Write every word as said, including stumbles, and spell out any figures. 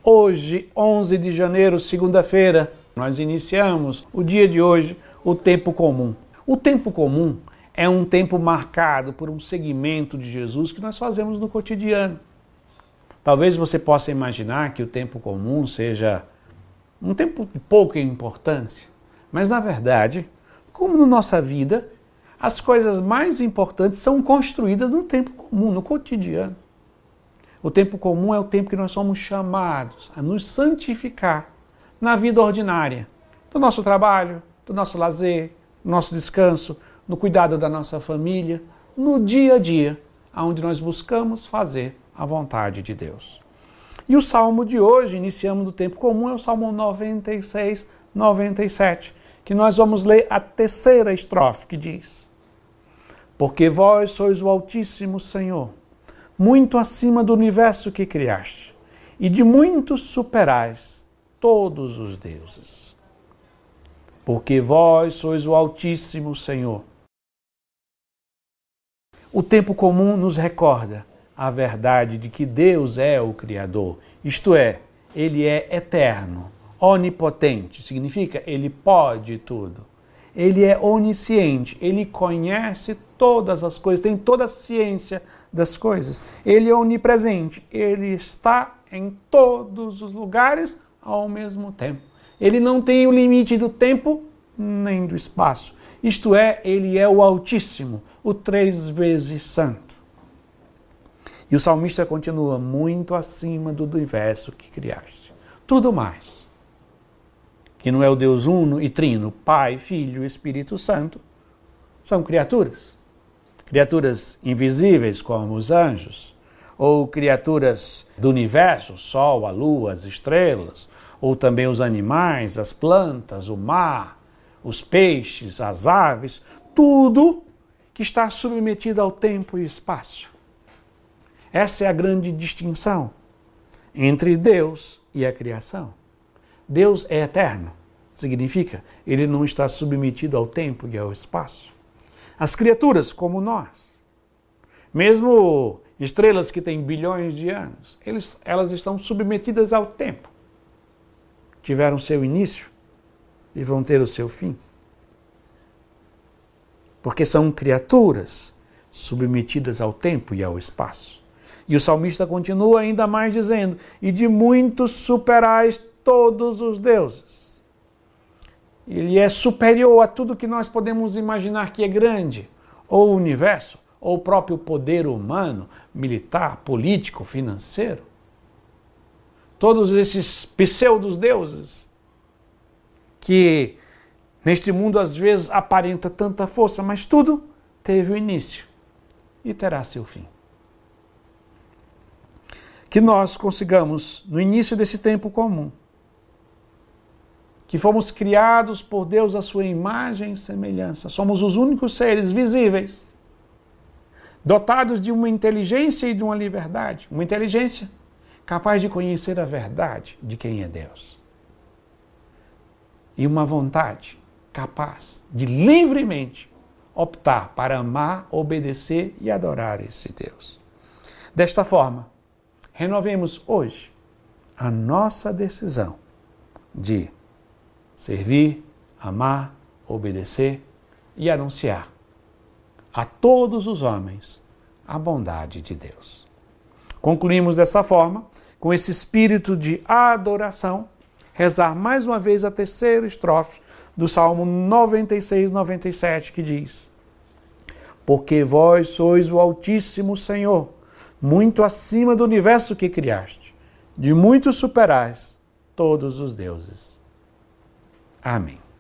Hoje, onze de janeiro, segunda-feira, nós iniciamos o dia de hoje, o tempo comum. O tempo comum é um tempo marcado por um segmento de Jesus que nós fazemos no cotidiano. Talvez você possa imaginar que o tempo comum seja um tempo de pouca importância, mas na verdade, como na nossa vida, as coisas mais importantes são construídas no tempo comum, no cotidiano. O tempo comum é o tempo que nós somos chamados a nos santificar na vida ordinária, do nosso trabalho, do nosso lazer, do nosso descanso, no cuidado da nossa família, no dia a dia, onde nós buscamos fazer a vontade de Deus. E o salmo de hoje, iniciamos do tempo comum, é o Salmo noventa e seis, noventa e sete, que nós vamos ler a terceira estrofe, que diz: Porque vós sois o Altíssimo Senhor, muito acima do universo que criaste, e de muitos superais todos os deuses. Porque vós sois o Altíssimo Senhor. O tempo comum nos recorda a verdade de que Deus é o Criador, isto é, Ele é eterno, onipotente, significa Ele pode tudo. Ele é onisciente, Ele conhece todas as coisas, tem toda a ciência das coisas. Ele é onipresente, Ele está em todos os lugares ao mesmo tempo. Ele não tem o limite do tempo nem do espaço. Isto é, Ele é o Altíssimo, o três vezes santo. E o salmista continua, muito acima do universo que criaste. Tudo mais, que não é o Deus uno e trino, Pai, Filho e Espírito Santo, são criaturas. Criaturas invisíveis como os anjos, ou criaturas do universo, o sol, a lua, as estrelas, ou também os animais, as plantas, o mar, os peixes, as aves, tudo que está submetido ao tempo e espaço. Essa é a grande distinção entre Deus e a criação. Deus é eterno, significa, Ele não está submetido ao tempo e ao espaço. As criaturas, como nós, mesmo estrelas que têm bilhões de anos, eles, elas estão submetidas ao tempo. Tiveram seu início e vão ter o seu fim. Porque são criaturas submetidas ao tempo e ao espaço. E o salmista continua ainda mais dizendo, e de muitos superais todos os deuses. Ele é superior a tudo que nós podemos imaginar que é grande, ou o universo, ou o próprio poder humano, militar, político, financeiro. Todos esses pseudos deuses que neste mundo às vezes aparenta tanta força, mas tudo teve o início e terá seu fim. Que nós consigamos, no início desse tempo comum, que fomos criados por Deus à sua imagem e semelhança. Somos os únicos seres visíveis, dotados de uma inteligência e de uma liberdade. Uma inteligência capaz de conhecer a verdade de quem é Deus. E uma vontade capaz de livremente optar para amar, obedecer e adorar esse Deus. Desta forma, renovemos hoje a nossa decisão de servir, amar, obedecer e anunciar a todos os homens a bondade de Deus. Concluímos dessa forma, com esse espírito de adoração, rezar mais uma vez a terceira estrofe do Salmo noventa e seis, noventa e sete, que diz: Porque vós sois o Altíssimo Senhor, muito acima do universo que criaste, de muitos superais todos os deuses. Amém.